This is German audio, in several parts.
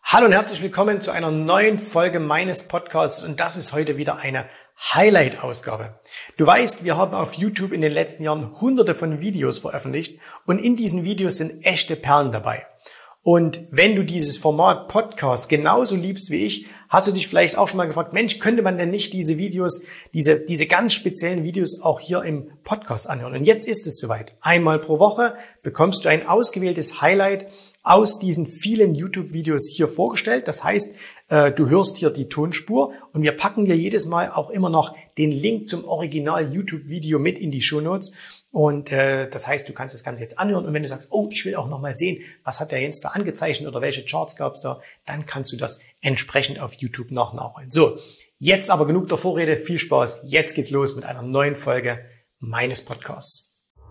Hallo und herzlich willkommen zu einer neuen Folge meines Podcasts und das ist heute wieder eine Highlight-Ausgabe. Du weißt, wir haben auf YouTube in den letzten Jahren hunderte von Videos veröffentlicht und in diesen Videos sind echte Perlen dabei. Und wenn du dieses Format Podcast genauso liebst wie ich, hast du dich vielleicht auch schon mal gefragt, Mensch, könnte man denn nicht diese Videos, diese ganz speziellen Videos auch hier im Podcast anhören? Und jetzt ist es soweit. Einmal pro Woche bekommst du ein ausgewähltes Highlight aus diesen vielen YouTube-Videos hier vorgestellt. Das heißt, du hörst hier die Tonspur und wir packen dir jedes Mal auch immer noch den Link zum Original-YouTube-Video mit in die Shownotes. Und das heißt, du kannst das Ganze jetzt anhören und wenn du sagst, oh, ich will auch noch mal sehen, was hat der Jens da angezeichnet oder welche Charts gab es da, dann kannst du das entsprechend auf YouTube noch nachholen. So, jetzt aber genug der Vorrede, viel Spaß. Jetzt geht's los mit einer neuen Folge meines Podcasts.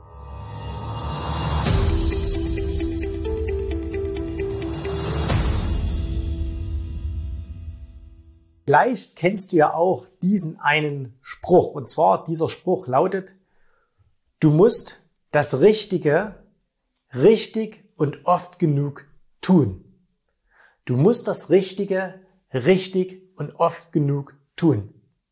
Vielleicht kennst du ja auch diesen einen Spruch. Und zwar, dieser Spruch lautet, du musst das Richtige richtig und oft genug tun. Du musst das Richtige richtig und oft genug tun.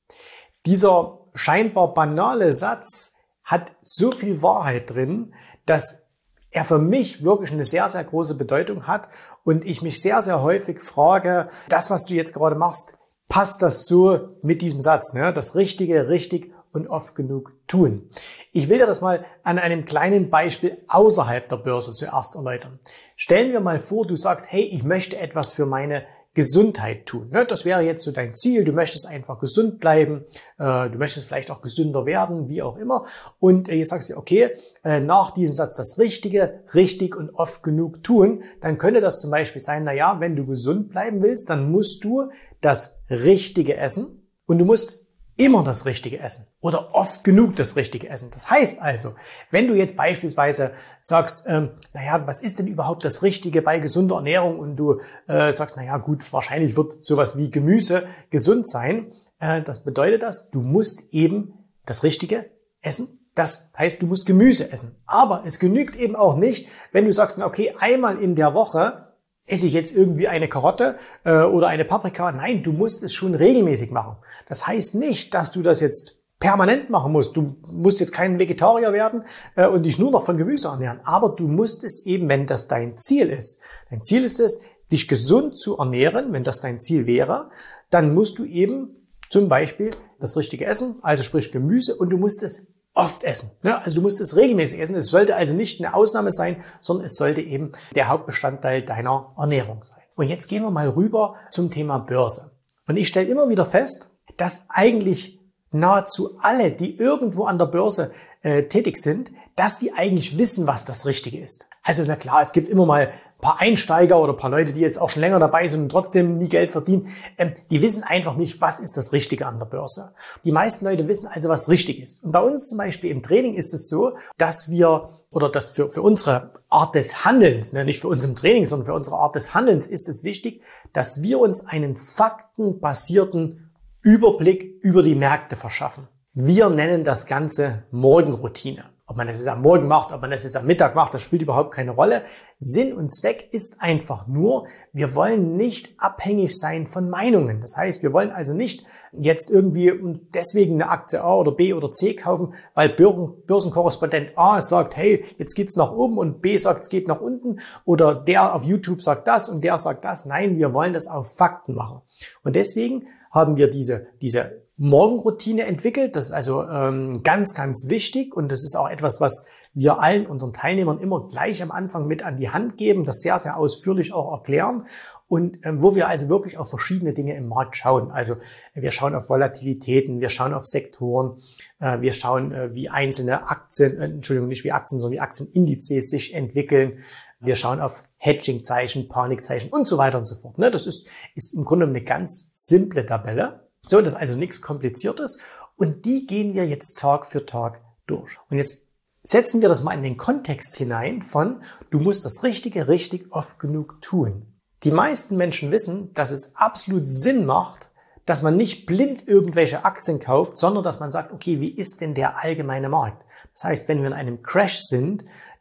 Dieser scheinbar banale Satz hat so viel Wahrheit drin, dass er für mich wirklich eine sehr, sehr große Bedeutung hat und ich mich sehr, sehr häufig frage, das, was du jetzt gerade machst, passt das so mit diesem Satz, ne? Das Richtige, richtig und oft genug tun. Ich will dir das mal an einem kleinen Beispiel außerhalb der Börse zuerst erläutern. Stellen wir mal vor, du sagst, hey, ich möchte etwas für meine Gesundheit tun. Das wäre jetzt so dein Ziel. Du möchtest einfach gesund bleiben. Du möchtest vielleicht auch gesünder werden, wie auch immer. Und jetzt sagst du, okay, nach diesem Satz das Richtige, richtig und oft genug tun, dann könnte das zum Beispiel sein, naja, wenn du gesund bleiben willst, dann musst du das Richtige essen und du musst immer das Richtige essen oder oft genug das Richtige essen. Das heißt also, wenn du jetzt beispielsweise sagst, naja, was ist denn überhaupt das Richtige bei gesunder Ernährung und du sagst, naja gut, wahrscheinlich wird sowas wie Gemüse gesund sein, das bedeutet das, du musst eben das Richtige essen. Das heißt, du musst Gemüse essen. Aber es genügt eben auch nicht, wenn du sagst, na okay, einmal in der Woche esse ich jetzt irgendwie eine Karotte oder eine Paprika? Nein, du musst es schon regelmäßig machen. Das heißt nicht, dass du das jetzt permanent machen musst. Du musst jetzt kein Vegetarier werden und dich nur noch von Gemüse ernähren. Aber du musst es eben, wenn das dein Ziel ist. Dein Ziel ist es, dich gesund zu ernähren. Wenn das dein Ziel wäre, dann musst du eben zum Beispiel das Richtige essen, also sprich Gemüse, und du musst es oft essen. Also du musst es regelmäßig essen. Es sollte also nicht eine Ausnahme sein, sondern es sollte eben der Hauptbestandteil deiner Ernährung sein. Und jetzt gehen wir mal rüber zum Thema Börse. Und ich stelle immer wieder fest, dass eigentlich nahezu alle, die irgendwo an der Börse tätig sind, dass die eigentlich wissen, was das Richtige ist. Also na klar, es gibt immer mal ein paar Einsteiger oder ein paar Leute, die jetzt auch schon länger dabei sind und trotzdem nie Geld verdienen. Die wissen einfach nicht, was ist das Richtige an der Börse. Die meisten Leute wissen also, was richtig ist. Und bei uns zum Beispiel im Training ist es so, dass wir, oder dass für unsere Art des Handelns, nicht für uns im Training, sondern für unsere Art des Handelns ist es wichtig, dass wir uns einen faktenbasierten Überblick über die Märkte verschaffen. Wir nennen das Ganze Morgenroutine. Ob man das jetzt am Morgen macht, ob man das jetzt am Mittag macht, das spielt überhaupt keine Rolle. Sinn und Zweck ist einfach nur, wir wollen nicht abhängig sein von Meinungen. Das heißt, wir wollen also nicht jetzt irgendwie deswegen eine Aktie A oder B oder C kaufen, weil Börsenkorrespondent A sagt, hey, jetzt geht's nach oben und B sagt, es geht nach unten oder der auf YouTube sagt das und der sagt das. Nein, wir wollen das auf Fakten machen. Und deswegen haben wir diese Morgenroutine entwickelt. Das ist also ganz, ganz wichtig und das ist auch etwas, was wir allen unseren Teilnehmern immer gleich am Anfang mit an die Hand geben, das sehr, sehr ausführlich auch erklären und wo wir also wirklich auf verschiedene Dinge im Markt schauen. Also wir schauen auf Volatilitäten, wir schauen auf Sektoren, wir schauen, wie einzelne Aktien, nicht wie Aktien, sondern wie Aktienindizes sich entwickeln. Wir schauen auf Hedging-Zeichen, Panikzeichen und so weiter und so fort. Das ist im Grunde eine ganz simple Tabelle. So, das ist also nichts Kompliziertes und die gehen wir jetzt Tag für Tag durch. Und jetzt setzen wir das mal in den Kontext hinein von, du musst das Richtige richtig oft genug tun. Die meisten Menschen wissen, dass es absolut Sinn macht, dass man nicht blind irgendwelche Aktien kauft, sondern dass man sagt, okay, wie ist denn der allgemeine Markt? Das heißt, wenn wir in einem Crash sind,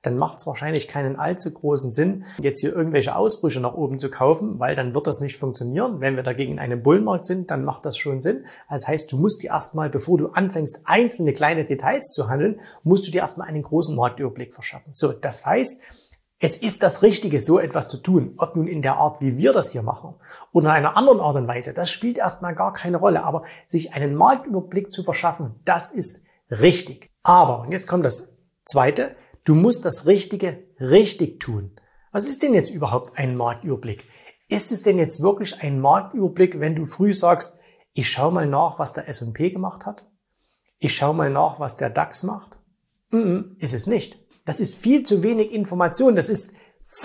dann macht es wahrscheinlich keinen allzu großen Sinn, jetzt hier irgendwelche Ausbrüche nach oben zu kaufen, weil dann wird das nicht funktionieren. Wenn wir dagegen in einem Bullenmarkt sind, dann macht das schon Sinn. Das heißt, du musst dir erstmal, bevor du anfängst, einzelne kleine Details zu handeln, musst du dir erstmal einen großen Marktüberblick verschaffen. So, das heißt, es ist das Richtige, so etwas zu tun. Ob nun in der Art, wie wir das hier machen oder in einer anderen Art und Weise, das spielt erstmal gar keine Rolle. Aber sich einen Marktüberblick zu verschaffen, das ist richtig. Aber, und jetzt kommt das Zweite, du musst das Richtige richtig tun. Was ist denn jetzt überhaupt ein Marktüberblick? Ist es denn jetzt wirklich ein Marktüberblick, wenn du früh sagst, ich schaue mal nach, was der S&P gemacht hat? Ich schaue mal nach, was der DAX macht? Ist es nicht. Das ist viel zu wenig Information. Das ist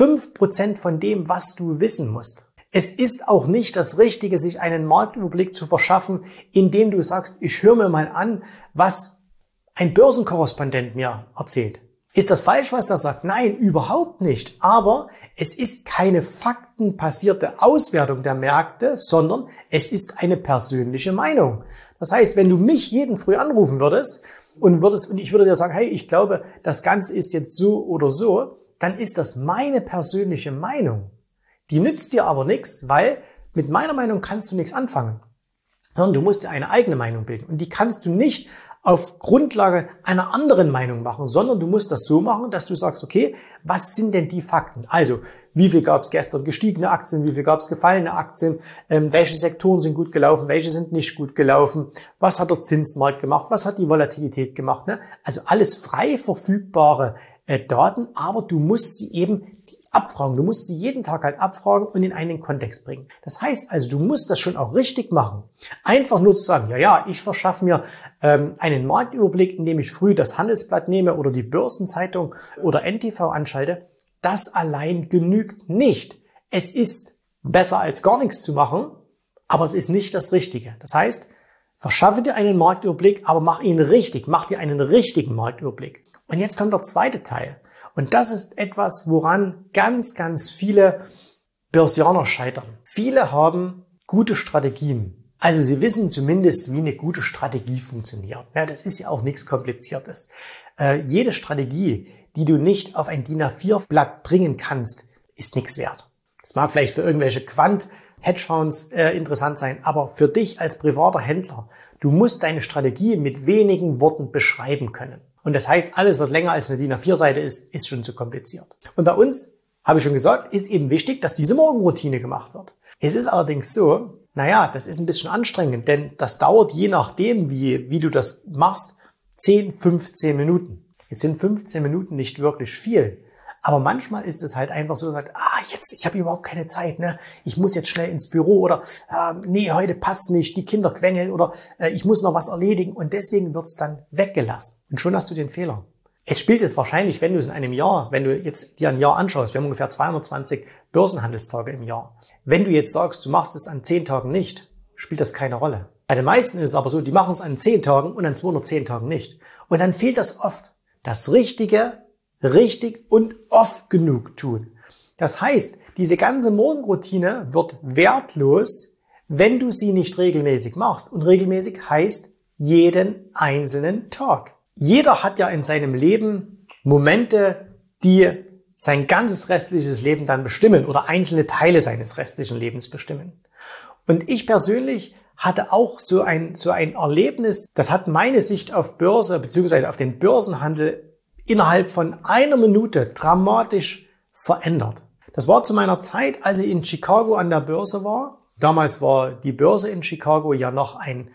5% von dem, was du wissen musst. Es ist auch nicht das Richtige, sich einen Marktüberblick zu verschaffen, indem du sagst, ich höre mir mal an, was ein Börsenkorrespondent mir erzählt. Ist das falsch, was er sagt? Nein, überhaupt nicht. Aber es ist keine faktenbasierte Auswertung der Märkte, sondern es ist eine persönliche Meinung. Das heißt, wenn du mich jeden früh anrufen würdest und ich würde dir sagen, hey, ich glaube, das Ganze ist jetzt so oder so, dann ist das meine persönliche Meinung. Die nützt dir aber nichts, weil mit meiner Meinung kannst du nichts anfangen. Sondern du musst dir eine eigene Meinung bilden. Und die kannst du nicht auf Grundlage einer anderen Meinung machen, sondern du musst das so machen, dass du sagst, okay, was sind denn die Fakten? Also, wie viel gab es gestern gestiegene Aktien, wie viel gab es gefallene Aktien, welche Sektoren sind gut gelaufen, welche sind nicht gut gelaufen, was hat der Zinsmarkt gemacht, was hat die Volatilität gemacht, ne? Also alles frei verfügbare Daten, aber du musst sie eben abfragen. Du musst sie jeden Tag halt abfragen und in einen Kontext bringen. Das heißt also, du musst das schon auch richtig machen. Einfach nur zu sagen, ja, ich verschaffe mir einen Marktüberblick, indem ich früh das Handelsblatt nehme oder die Börsenzeitung oder NTV anschalte, das allein genügt nicht. Es ist besser als gar nichts zu machen, aber es ist nicht das Richtige. Das heißt, verschaffe dir einen Marktüberblick, aber mach ihn richtig. Mach dir einen richtigen Marktüberblick. Und jetzt kommt der zweite Teil. Und das ist etwas, woran ganz, ganz viele Börsianer scheitern. Viele haben gute Strategien. Also sie wissen zumindest, wie eine gute Strategie funktioniert. Ja, das ist ja auch nichts Kompliziertes. Jede Strategie, die du nicht auf ein DIN A4-Blatt bringen kannst, ist nichts wert. Das mag vielleicht für irgendwelche Hedgefonds interessant sein, aber für dich als privater Händler, du musst deine Strategie mit wenigen Worten beschreiben können. Und das heißt, alles, was länger als eine DIN A4-Seite ist schon zu kompliziert. Und bei uns, habe ich schon gesagt, ist eben wichtig, dass diese Morgenroutine gemacht wird. Es ist allerdings so, das ist ein bisschen anstrengend, denn das dauert je nachdem, wie du das machst, 10, 15 Minuten. Es sind 15 Minuten nicht wirklich viel. Aber manchmal ist es halt einfach so, sagt, ich habe überhaupt keine Zeit, ne? Ich muss jetzt schnell ins Büro oder nee, heute passt nicht, die Kinder quengeln oder ich muss noch was erledigen und deswegen wird's dann weggelassen. Und schon hast du den Fehler. Es spielt jetzt wahrscheinlich, wenn du es in einem Jahr, wenn du jetzt dir ein Jahr anschaust, wir haben ungefähr 220 Börsenhandelstage im Jahr. Wenn du jetzt sagst, du machst es an 10 Tagen nicht, spielt das keine Rolle. Bei den meisten ist es aber so, die machen es an 10 Tagen und an 210 Tagen nicht. Und dann fehlt das oft. Das Richtige, richtig und oft genug tun. Das heißt, diese ganze Morgenroutine wird wertlos, wenn du sie nicht regelmäßig machst. Und regelmäßig heißt jeden einzelnen Tag. Jeder hat ja in seinem Leben Momente, die sein ganzes restliches Leben dann bestimmen oder einzelne Teile seines restlichen Lebens bestimmen. Und ich persönlich hatte auch so ein Erlebnis, das hat meine Sicht auf Börse bzw. auf den Börsenhandel innerhalb von einer Minute dramatisch verändert. Das war zu meiner Zeit, als ich in Chicago an der Börse war. Damals war die Börse in Chicago ja noch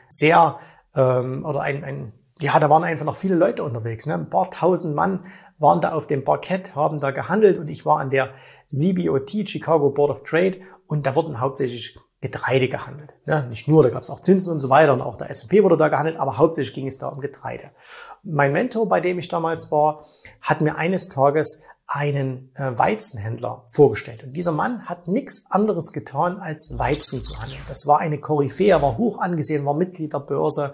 da waren einfach noch viele Leute unterwegs. Ne? Ein paar tausend Mann waren da auf dem Parkett, haben da gehandelt und ich war an der CBOT, Chicago Board of Trade, und da wurden hauptsächlich Getreide gehandelt. Ne? Nicht nur, da gab es auch Zinsen und so weiter und auch der S&P wurde da gehandelt, aber hauptsächlich ging es da um Getreide. Mein Mentor, bei dem ich damals war, hat mir eines Tages einen Weizenhändler vorgestellt. Und dieser Mann hat nichts anderes getan, als Weizen zu handeln. Das war eine Koryphäe, er war hoch angesehen, war Mitglied der Börse.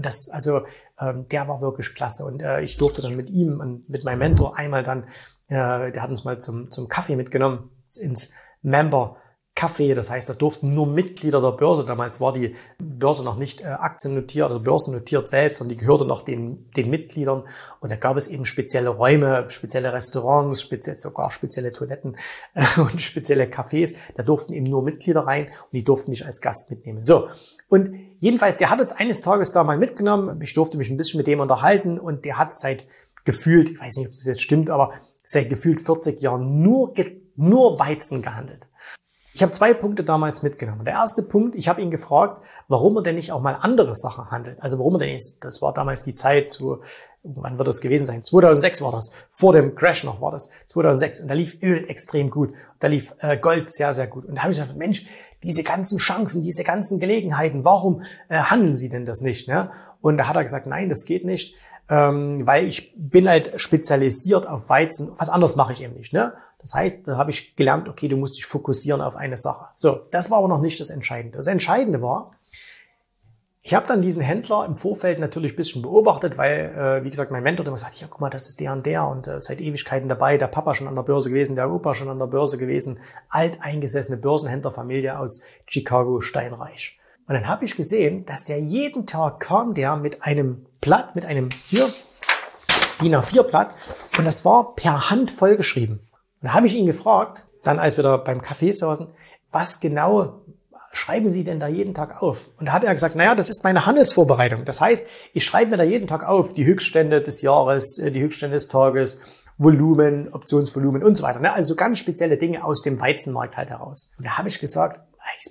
Der war wirklich klasse. Und ich durfte dann mit ihm und mit meinem Mentor einmal dann, der hat uns mal zum Kaffee mitgenommen, ins Member Kaffee, das heißt, da durften nur Mitglieder der Börse, damals war die Börse noch nicht aktiennotiert oder börsennotiert selbst, sondern die gehörte noch den Mitgliedern. Und da gab es eben spezielle Räume, spezielle Restaurants, sogar spezielle Toiletten und spezielle Cafés. Da durften eben nur Mitglieder rein und die durften mich als Gast mitnehmen. So, und jedenfalls, der hat uns eines Tages da mal mitgenommen. Ich durfte mich ein bisschen mit dem unterhalten und der hat seit gefühlt, ich weiß nicht, ob das jetzt stimmt, aber seit gefühlt 40 Jahren nur Weizen gehandelt. Ich habe 2 Punkte damals mitgenommen. Der erste Punkt, ich habe ihn gefragt, warum er denn nicht auch mal andere Sachen handelt. Also warum er denn nicht, das war damals die Zeit, wann wird das gewesen sein? 2006 war das, vor dem Crash noch war das, 2006. Und da lief Öl extrem gut, da lief Gold sehr, sehr gut. Und da habe ich gedacht, Mensch, diese ganzen Chancen, diese ganzen Gelegenheiten, warum handeln Sie denn das nicht? Ne? Und da hat er gesagt, nein, das geht nicht, weil ich bin halt spezialisiert auf Weizen. Was anderes mache ich eben nicht. Ne? Das heißt, da habe ich gelernt, okay, du musst dich fokussieren auf eine Sache. So, das war aber noch nicht das Entscheidende. Das Entscheidende war, ich habe dann diesen Händler im Vorfeld natürlich ein bisschen beobachtet, weil, wie gesagt, mein Mentor hat immer gesagt, ja, guck mal, das ist der und der und seit Ewigkeiten dabei, der Papa schon an der Börse gewesen, der Opa schon an der Börse gewesen, alteingesessene Börsenhändlerfamilie aus Chicago, steinreich. Und dann habe ich gesehen, dass der jeden Tag kam, der mit einem Blatt, mit einem hier DIN A4 Blatt, und das war per Hand vollgeschrieben. Und da habe ich ihn gefragt, dann als wir da beim Café saßen, was genau schreiben Sie denn da jeden Tag auf? Und da hat er gesagt, naja, das ist meine Handelsvorbereitung. Das heißt, ich schreibe mir da jeden Tag auf die Höchststände des Jahres, die Höchststände des Tages, Volumen, Optionsvolumen und so weiter. Also ganz spezielle Dinge aus dem Weizenmarkt halt heraus. Und da habe ich gesagt,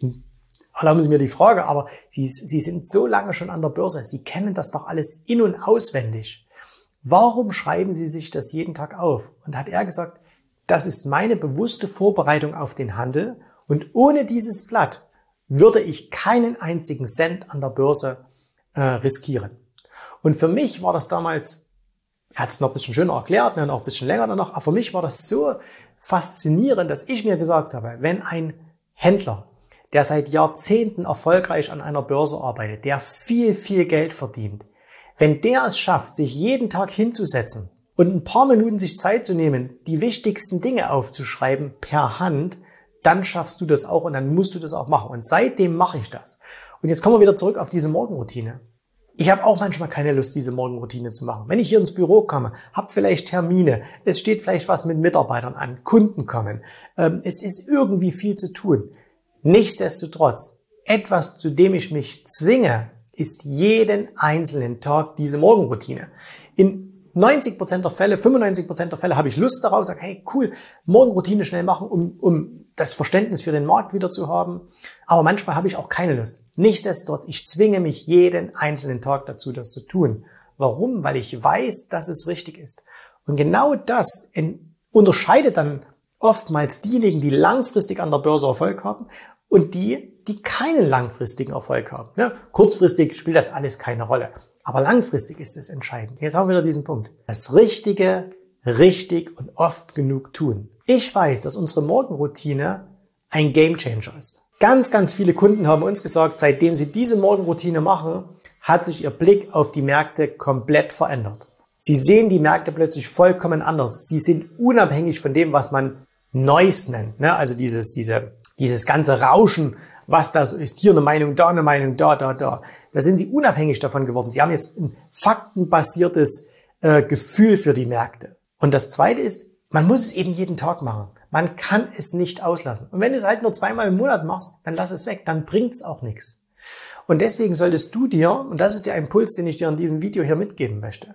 erlauben Sie mir die Frage, aber Sie sind so lange schon an der Börse, Sie kennen das doch alles in- und auswendig. Warum schreiben Sie sich das jeden Tag auf? Und da hat er gesagt, das ist meine bewusste Vorbereitung auf den Handel und ohne dieses Blatt würde ich keinen einzigen Cent an der Börse riskieren. Und für mich war das damals, er hat es noch ein bisschen schöner erklärt, und auch ein bisschen länger danach, aber für mich war das so faszinierend, dass ich mir gesagt habe, wenn ein Händler, der seit Jahrzehnten erfolgreich an einer Börse arbeitet, der viel, viel Geld verdient, wenn der es schafft, sich jeden Tag hinzusetzen und ein paar Minuten sich Zeit zu nehmen, die wichtigsten Dinge aufzuschreiben per Hand, dann schaffst du das auch und dann musst du das auch machen. Und seitdem mache ich das. Und jetzt kommen wir wieder zurück auf diese Morgenroutine. Ich habe auch manchmal keine Lust, diese Morgenroutine zu machen. Wenn ich hier ins Büro komme, habe vielleicht Termine, es steht vielleicht was mit Mitarbeitern an, Kunden kommen, es ist irgendwie viel zu tun. Nichtsdestotrotz, etwas, zu dem ich mich zwinge, ist jeden einzelnen Tag diese Morgenroutine. In 90% der Fälle, 95% der Fälle habe ich Lust darauf, sage, hey, cool, Morgenroutine schnell machen, um das Verständnis für den Markt wieder zu haben. Aber manchmal habe ich auch keine Lust. Nichtsdestotrotz, ich zwinge mich jeden einzelnen Tag dazu, das zu tun. Warum? Weil ich weiß, dass es richtig ist. Und genau das unterscheidet dann oftmals diejenigen, die langfristig an der Börse Erfolg haben und die keinen langfristigen Erfolg haben. Ja, kurzfristig spielt das alles keine Rolle. Aber langfristig ist es entscheidend. Jetzt haben wir wieder diesen Punkt. Das Richtige, richtig und oft genug tun. Ich weiß, dass unsere Morgenroutine ein Gamechanger ist. Ganz, ganz viele Kunden haben uns gesagt, seitdem sie diese Morgenroutine machen, hat sich ihr Blick auf die Märkte komplett verändert. Sie sehen die Märkte plötzlich vollkommen anders. Sie sind unabhängig von dem, was man Noise nennt. Ne? Also dieses ganze Rauschen, was das ist, hier eine Meinung, da eine Meinung, da. Da sind sie unabhängig davon geworden. Sie haben jetzt ein faktenbasiertes Gefühl für die Märkte. Und das Zweite ist, man muss es eben jeden Tag machen. Man kann es nicht auslassen. Und wenn du es halt nur 2-mal im Monat machst, dann lass es weg, dann bringt es auch nichts. Und deswegen solltest du dir, und das ist der Impuls, den ich dir in diesem Video hier mitgeben möchte,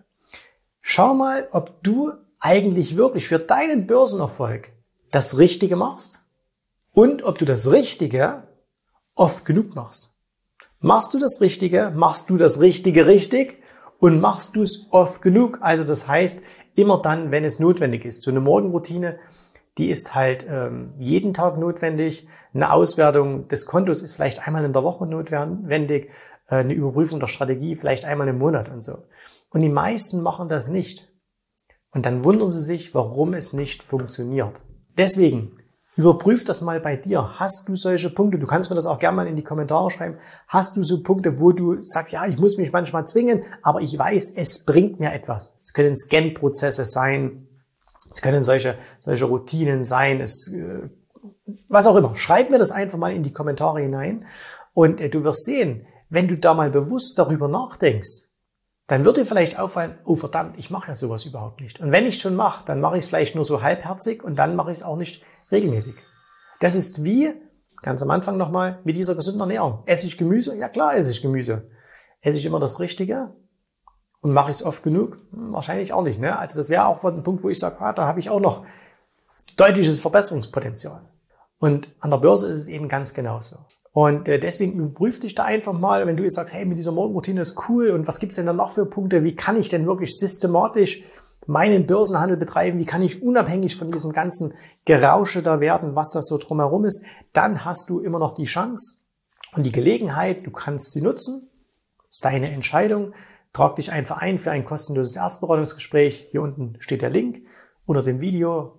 schau mal, ob du eigentlich wirklich für deinen Börsenerfolg das Richtige machst und ob du das Richtige oft genug machst. Machst du das Richtige richtig und machst du es oft genug? Also das heißt, immer dann, wenn es notwendig ist. So eine Morgenroutine, die ist halt jeden Tag notwendig. Eine Auswertung des Kontos ist vielleicht einmal in der Woche notwendig. Eine Überprüfung der Strategie vielleicht einmal im Monat und so. Und die meisten machen das nicht. Und dann wundern sie sich, warum es nicht funktioniert. Deswegen, überprüf das mal bei dir. Hast du solche Punkte? Du kannst mir das auch gerne mal in die Kommentare schreiben. Hast du so Punkte, wo du sagst, ja, ich muss mich manchmal zwingen, aber ich weiß, es bringt mir etwas. Es können Scan-Prozesse sein. Es können solche Routinen sein. was auch immer. Schreib mir das einfach mal in die Kommentare hinein und du wirst sehen, wenn du da mal bewusst darüber nachdenkst, dann wird dir vielleicht auffallen, oh verdammt, ich mache ja sowas überhaupt nicht. Und wenn ich es schon mache, dann mache ich es vielleicht nur so halbherzig und dann mache ich es auch nicht regelmäßig. Das ist wie, ganz am Anfang nochmal, mit dieser gesunden Ernährung. Esse ich Gemüse? Ja klar esse ich Gemüse. Esse ich immer das Richtige? Und mache ich es oft genug? Wahrscheinlich auch nicht. Ne? Also das wäre auch ein Punkt, wo ich sage, da habe ich auch noch deutliches Verbesserungspotenzial. Und an der Börse ist es eben ganz genauso. Und deswegen überprüf dich da einfach mal, wenn du jetzt sagst, hey, mit dieser Morgenroutine ist cool und was gibt's denn da noch für Punkte? Wie kann ich denn wirklich systematisch meinen Börsenhandel betreiben? Wie kann ich unabhängig von diesem ganzen Gerausche da werden, was das so drumherum ist? Dann hast du immer noch die Chance und die Gelegenheit, du kannst sie nutzen. Das ist deine Entscheidung. Trag dich einfach ein für ein kostenloses Erstberatungsgespräch. Hier unten steht der Link unter dem Video,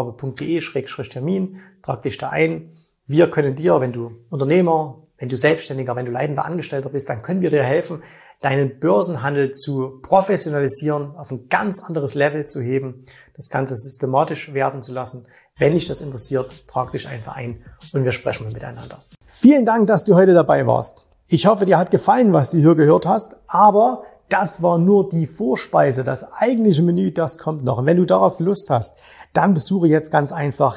jensrabe.de/termin. Trag dich da ein. Wir können dir, wenn du Unternehmer, wenn du Selbstständiger, wenn du leitender Angestellter bist, dann können wir dir helfen, deinen Börsenhandel zu professionalisieren, auf ein ganz anderes Level zu heben, das Ganze systematisch werden zu lassen. Wenn dich das interessiert, trag dich einfach ein und wir sprechen mal miteinander. Vielen Dank, dass du heute dabei warst. Ich hoffe, dir hat gefallen, was du hier gehört hast, aber das war nur die Vorspeise. Das eigentliche Menü, das kommt noch. Und wenn du darauf Lust hast, dann besuche jetzt ganz einfach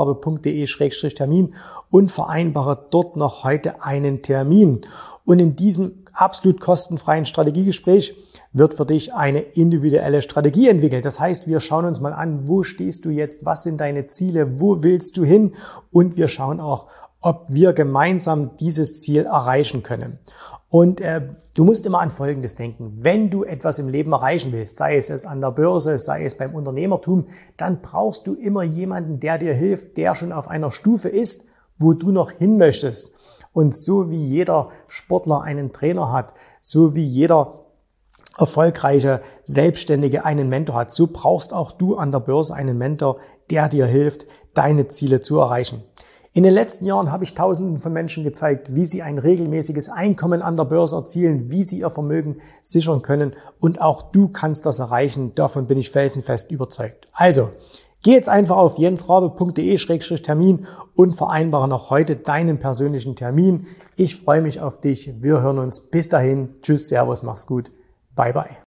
jensrabe.de/termin und vereinbare dort noch heute einen Termin. Und in diesem absolut kostenfreien Strategiegespräch wird für dich eine individuelle Strategie entwickelt. Das heißt, wir schauen uns mal an, wo stehst du jetzt, was sind deine Ziele, wo willst du hin? Und wir schauen auch, ob wir gemeinsam dieses Ziel erreichen können. Und du musst immer an Folgendes denken. Wenn du etwas im Leben erreichen willst, sei es an der Börse, sei es beim Unternehmertum, dann brauchst du immer jemanden, der dir hilft, der schon auf einer Stufe ist, wo du noch hin möchtest. Und so wie jeder Sportler einen Trainer hat, so wie jeder erfolgreiche Selbstständige einen Mentor hat, so brauchst auch du an der Börse einen Mentor, der dir hilft, deine Ziele zu erreichen. In den letzten Jahren habe ich Tausenden von Menschen gezeigt, wie sie ein regelmäßiges Einkommen an der Börse erzielen, wie sie ihr Vermögen sichern können und auch du kannst das erreichen. Davon bin ich felsenfest überzeugt. Also, geh jetzt einfach auf jensrabe.de/termin und vereinbare noch heute deinen persönlichen Termin. Ich freue mich auf dich. Wir hören uns. Bis dahin. Tschüss, Servus, mach's gut. Bye, bye.